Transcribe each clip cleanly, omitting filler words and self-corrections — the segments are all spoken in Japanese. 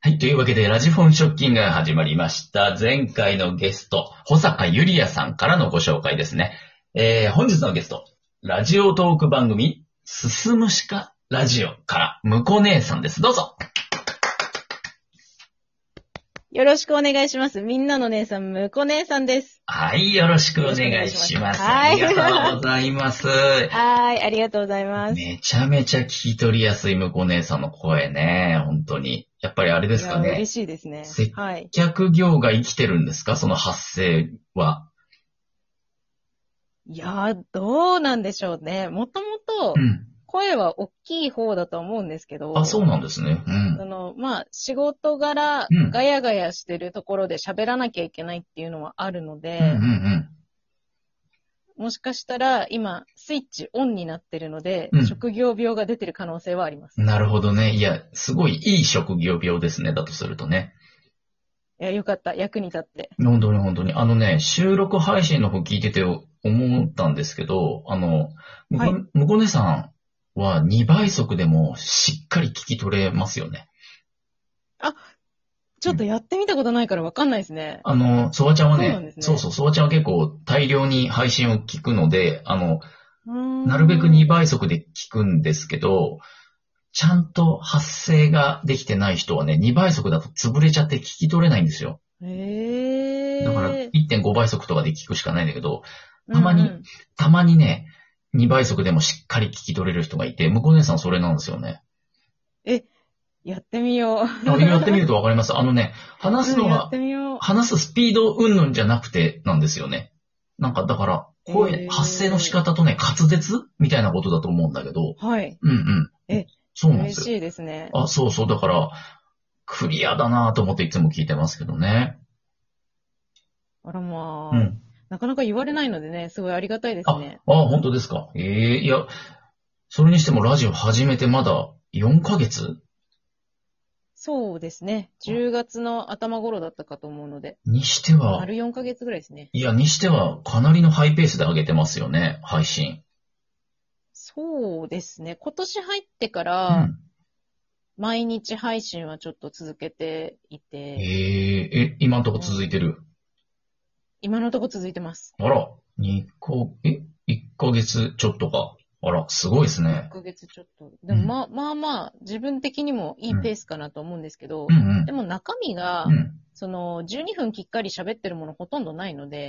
はい。というわけで、ラジフォンショッキングが始まりました。前回のゲスト、保坂ゆりやさんからのご紹介ですね。本日のゲスト、ラジオトーク番組、すすむしかラジオから、むこ姉さんです。どうぞ。 よろしくお願いします。みんなの姉さん、むこ姉さんです。 はい。よろしくお願いします。 はい。 ありがとうございます。 はい。ありがとうございます。 めちゃめちゃ聞き取りやすいむこ姉さんの声ね。本当に。やっぱりあれですかね。 嬉しいですね。はい。 接客業が生きてるんですか、その発声は。 いやー、どうなんでしょうね。もともと、声は大きい方だと思うんですけど。 あ、そうなんですね。 仕事柄、ガヤガヤしてるところで喋らなきゃいけないっていうのはあるので、もしかしたら今、スイッチオンになってるので、職業病が出てる可能性はあります。 なるほどね。いや、すごいいい職業病ですね。だとするとね。 いや、よかった。役に立って。 本当に本当に。収録配信の方聞いてて思ったんですけど、むこねさんは2倍速でもしっかり聞き取れますよね。 あ、ちょっとやってみたことないからわかんないですね。 ソワちゃんはね、そうそう、ソワちゃんは結構大量に配信を聞くので、なるべく2倍速で聞くんですけど、ちゃんと発声ができてない人はね、2倍速だと潰れちゃって聞き取れないんですよ。だから 1.5 倍速とかで聞くしかないんだけど、たまにね、2倍速でもしっかり聞き取れる人がいて、向こう姉さんそれなんですよね。 やってみよう。 やってみるとわかります。話すのが、話すスピード云々じゃなくてなんですよね。だから、発声の仕方とね、滑舌みたいなことだと思うんだけど。 はい。 そうなんですよ。 嬉しいですね。 そうそう。だから、クリアだなと思っていつも聞いてますけどね。 あらまあ。なかなか言われないのでね、すごいありがたいですね。 本当ですか。いや、それにしてもラジオ始めてまだ4ヶ月？ そうですね。10月の頭頃だったかと思うので。 にしては。 丸4ヶ月ぐらいですね。 いや、にしてはかなりのハイペースで上げてますよね、配信。 そうですね。今年入ってから、毎日配信はちょっと続けていて。 今のとこ続いてる？ 今のとこ続いてます。 あら、1ヶ月ちょっとか。あら、すごいですね。 1ヶ月ちょっと。でもまあ、自分的にもいいペースかなと思うんですけど、でも中身が、12分きっかり喋ってるものほとんどないので、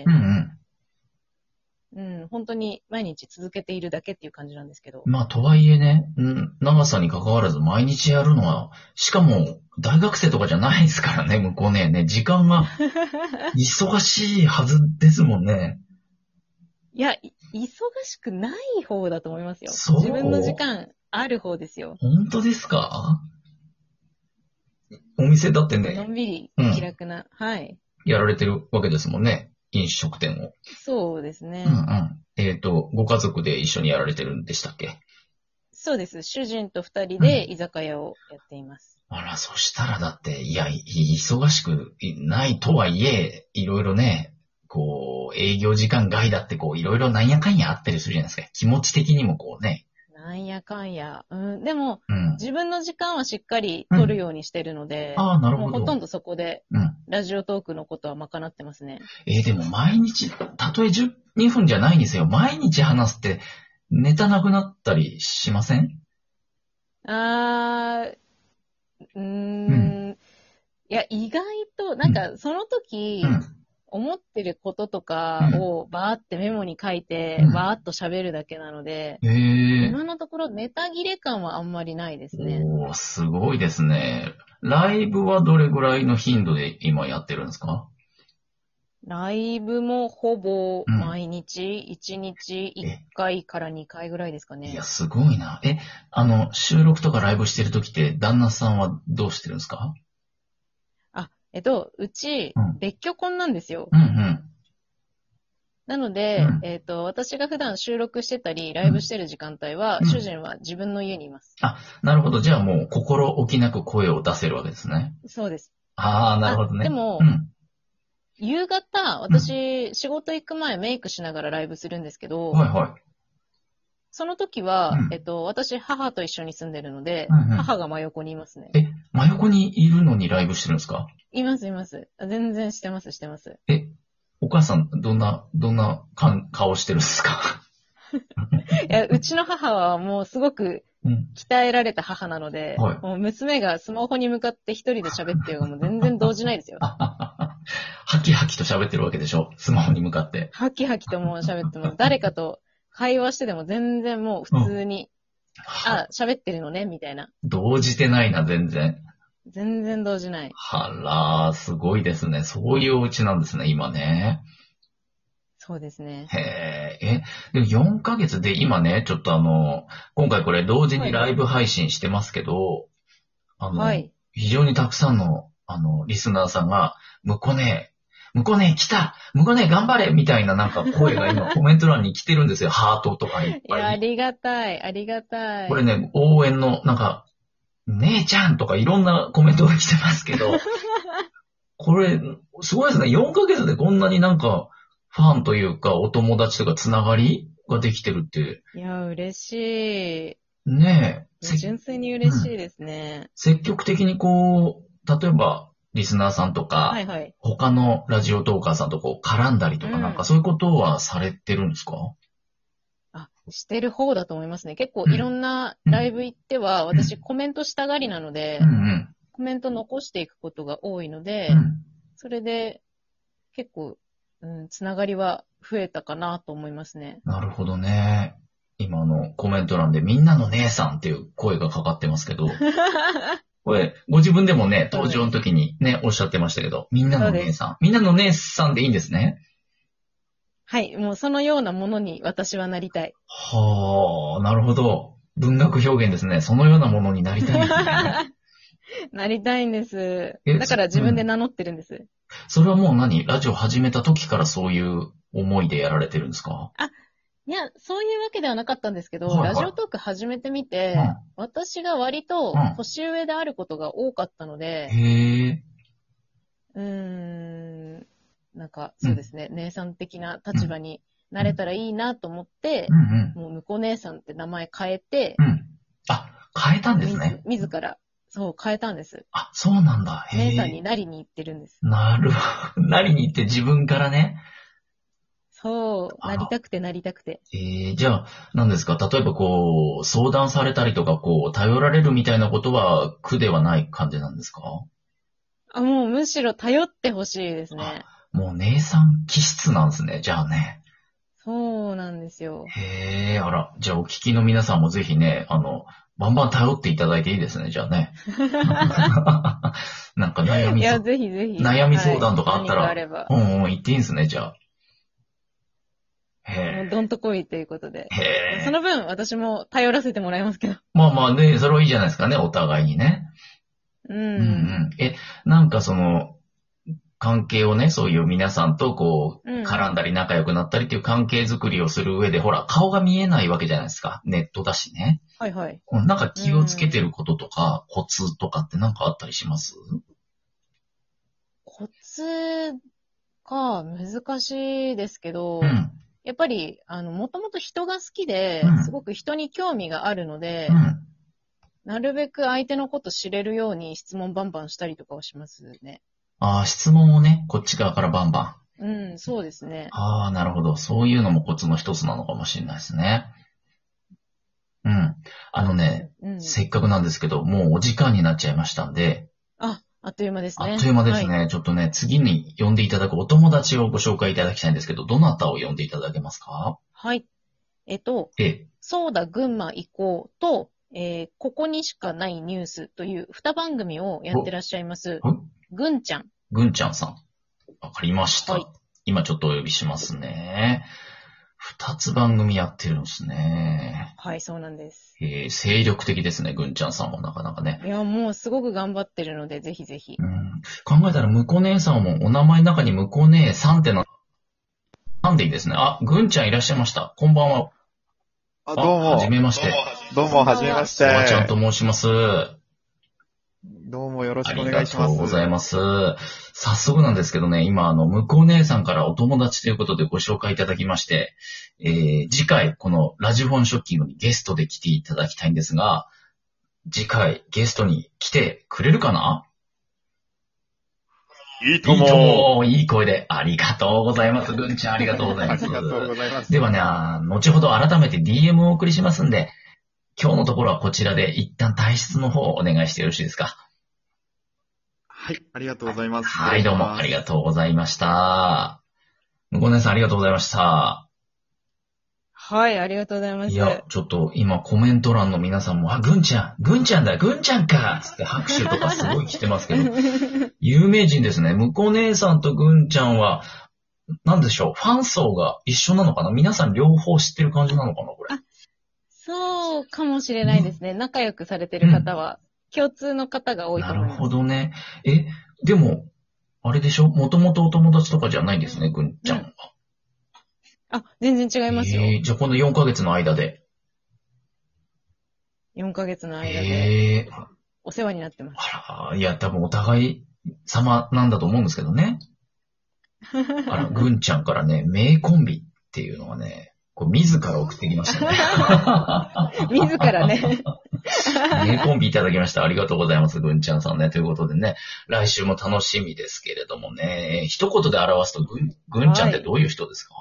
本当に毎日続けているだけっていう感じなんですけど。 まあ、とはいえね、長さに関わらず毎日やるのは、しかも、大学生とかじゃないですからね、向こうね、時間が忙しいはずですもんね。 いや、忙しくない方だと思いますよ。自分の時間ある方ですよ。 本当ですか？お店だってね、 のんびり気楽な、はい。 やられてるわけですもんね。飲食店を。 そうですね。 ご家族で一緒にやられてるんでしたっけ？ そうです。主人と2人で居酒屋をやっています。 あら、そしたらだって、いや、忙しくないとはいえ、いろいろね、営業時間外だっていろいろなんやかんやあったりするじゃないですか。気持ち的にもなんやかんや。でも、自分の時間はしっかり取るようにしてるので、 なるほど。 もうほとんどそこで、ラジオトークのことは賄ってますね。 でも毎日、たとえ12分じゃないんですよ。毎日話すって、ネタなくなったりしません？ いや、意外と、その時、思ってることとかをバーってメモに書いて、バーっと喋るだけなので、今のところネタ切れ感はあんまりないですね。 すごいですね。ライブはどれぐらいの頻度で今やってるんですか？ ライブもほぼ毎日、1日1回から2回ぐらいですかね。 いや、すごいな。収録とかライブしてる時って旦那さんはどうしてるんですか？ うち、別居婚なんですよ。なので、私が普段収録してたり、ライブしてる時間帯は、主人は自分の家にいます。 なるほど。じゃあもう、心置きなく声を出せるわけですね。 そうです。 なるほどね。 でも、夕方、私、仕事行く前メイクしながらライブするんですけど、その時は、私、母と一緒に住んでるので、母が真横にいますね。 真横にいるのにライブしてるんですか？ います。全然してます。 お母さん、どんな顔してるんですか？ いや、うちの母はもうすごく鍛えられた母なので、もう娘がスマホに向かって一人で喋ってようがもう全然動じないですよ。 ハキハキと喋ってるわけでしょ？スマホに向かって。 ハキハキともう喋ってます。誰かと会話してても全然もう普通に、喋ってるのね、みたいな。 動じてないな、全然。 全然動じない。 はらー、すごいですね。そういうお家なんですね、今ね。 そうですね。 でも4ヶ月で今ね、ちょっと今回これ同時にライブ配信してますけど、非常にたくさんの、リスナーさんが、向こうね、来た向こうね、頑張れみたいななんか声が今コメント欄に来てるんですよ。ハートとかいっぱい。 いや、ありがたい。 これね、応援の、なんか、姉ちゃんとかいろんなコメントが来てますけど、これ、すごいですね。4ヶ月でこんなになんか、ファンというか、お友達とかつながりができてるって。 いや、嬉しい。 ねえ。純粋に嬉しいですね。 積極的にこう、例えば、リスナーさんとか、他のラジオトーカーさんとこう絡んだりとか、なんかそういうことはされてるんですか？ してる方だと思いますね。結構いろんなライブ行っては、私コメントしたがりなので、コメント残していくことが多いので、それで結構、つながりは増えたかなと思いますね。 なるほどね。今コメント欄でみんなの姉さんっていう声がかかってますけど、これ、ご自分でもね、登場の時にね、おっしゃってましたけど、みんなの姉さん。みんなの姉さんでいいんですね。 はい、もうそのようなものに私はなりたい。 はあ、なるほど。文学表現ですね。そのようなものになりたいんですね。 なりたいんです。だから自分で名乗ってるんです。 それはもうラジオ始めた時からそういう思いでやられてるんですか？ いや、そういうわけではなかったんですけど、ラジオトーク始めてみて、私が割と年上であることが多かったので、なんか、そうですね、姉さん的な立場になれたらいいなと思って、もう向こう姉さんって名前変えて、 変えたんですね。 自ら、そう、変えたんです。 そうなんだ。 姉さんになりに行ってるんです。 なるほど。なりに行って自分からね。 そう、なりたくて。 じゃあ、何ですか？例えばこう、相談されたりとか、こう、頼られるみたいなことは苦ではない感じなんですか？ もうむしろ頼ってほしいですね。 もう姉さん気質なんですね、じゃあね。 そうなんですよ。 あら、じゃあお聞きの皆さんもぜひね、バンバン頼っていただいていいですね、じゃあね。なんか悩み相談とかあったら、言っていいんですね、じゃあ。 もうどんとこいということで。その分、私も頼らせてもらいますけど。 まあね、それはいいじゃないですかね、お互いにね。なんか関係をね、そういう皆さんとこう、絡んだり仲良くなったりっていう関係づくりをする上で、ほら、顔が見えないわけじゃないですか。ネットだしね。なんか気をつけてることとか、コツとかってなんかあったりします？ コツか、難しいですけど、やっぱり、もともと人が好きで、すごく人に興味があるので、なるべく相手のこと知れるように質問バンバンしたりとかはしますね。 質問をね、こっち側からバンバン。そうですね。 なるほど。そういうのもコツの一つなのかもしれないですね。せっかくなんですけど、もうお時間になっちゃいましたんで。 あっという間ですね。 あっという間ですね。ちょっとね、次に呼んでいただくお友達をご紹介いただきたいんですけど、どなたを呼んでいただけますか？ はい。そうだ群馬行こうと、ここにしかないニュースという2番組をやってらっしゃいます。ぐんちゃん。 ぐんちゃんさん。わかりました。今ちょっとお呼びしますね。2つ番組やってるんですね。 はい、そうなんです。 精力的ですね、ぐんちゃんさんもなかなかね。 いや、もうすごく頑張ってるので、ぜひぜひ。 考えたら、むこ姉さんもお名前の中にむこ姉さんってなんでいいですね。ぐんちゃんいらっしゃいました。こんばんは。 どうも。 はじめまして。 どうも、はじめまして。 おばちゃんと申します。 どうもよろしくお願いします。 ありがとうございます。早速なんですけどね、今、向こう姉さんからお友達ということでご紹介いただきまして、次回、このラジフォンショッキングにゲストで来ていただきたいんですが、 次回ゲストに来てくれるかな？ いいとも。 いい声で。ありがとうございます。ぐんちゃんありがとうございます。 ありがとうございます。 ではね、後ほど改めて DM をお送りしますんで、今日のところはこちらで一旦退出の方をお願いしてよろしいですか？ はい、ありがとうございます。 はい、どうもありがとうございました。向こう姉さんありがとうございました。 はい、ありがとうございます。 いや、ちょっと今コメント欄の皆さんも、ぐんちゃんかつって拍手とかすごい来てますけど、有名人ですね。向こう姉さんとぐんちゃんは、なんでしょう、ファン層が一緒なのかな？皆さん両方知ってる感じなのかなこれ。 そうかもしれないですね。仲良くされてる方は、共通の方が多いと思います。 なるほどね。でも、あれでしょ？もともとお友達とかじゃないんですね、ぐんちゃんは。 全然違いますよ。 じゃあこの4ヶ月の間で。 4ヶ月の間で。お世話になってます。 いや、多分お互い様なんだと思うんですけどね。ぐんちゃんからね、名コンビっていうのがね、自ら送ってきましたね。 自らね。 名コンビいただきました。ありがとうございます、ぐんちゃんさんね。ということでね、来週も楽しみですけれどもね、一言で表すとぐんちゃんってどういう人ですか？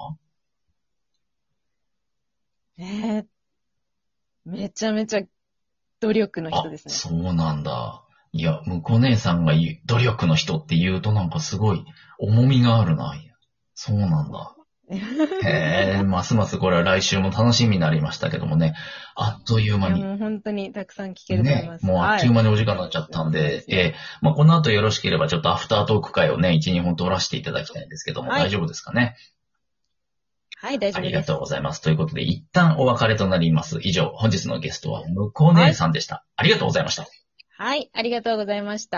めちゃめちゃ努力の人ですね。 そうなんだ。いや、向こう姉さんが言う努力の人って言うとなんかすごい重みがあるな。そうなんだ。ますますこれは来週も楽しみになりましたけどもね。あっという間に。 もう本当にたくさん聞けると思います。 もうあっという間にお時間になっちゃったんで、この後よろしければちょっとアフタートーク会をね、1、2本取らせていただきたいんですけども、大丈夫ですかね？ はい、大丈夫です。 ありがとうございます。ということで、一旦お別れとなります。以上、本日のゲストは向こう姉さんでした。ありがとうございました。 はい、ありがとうございました。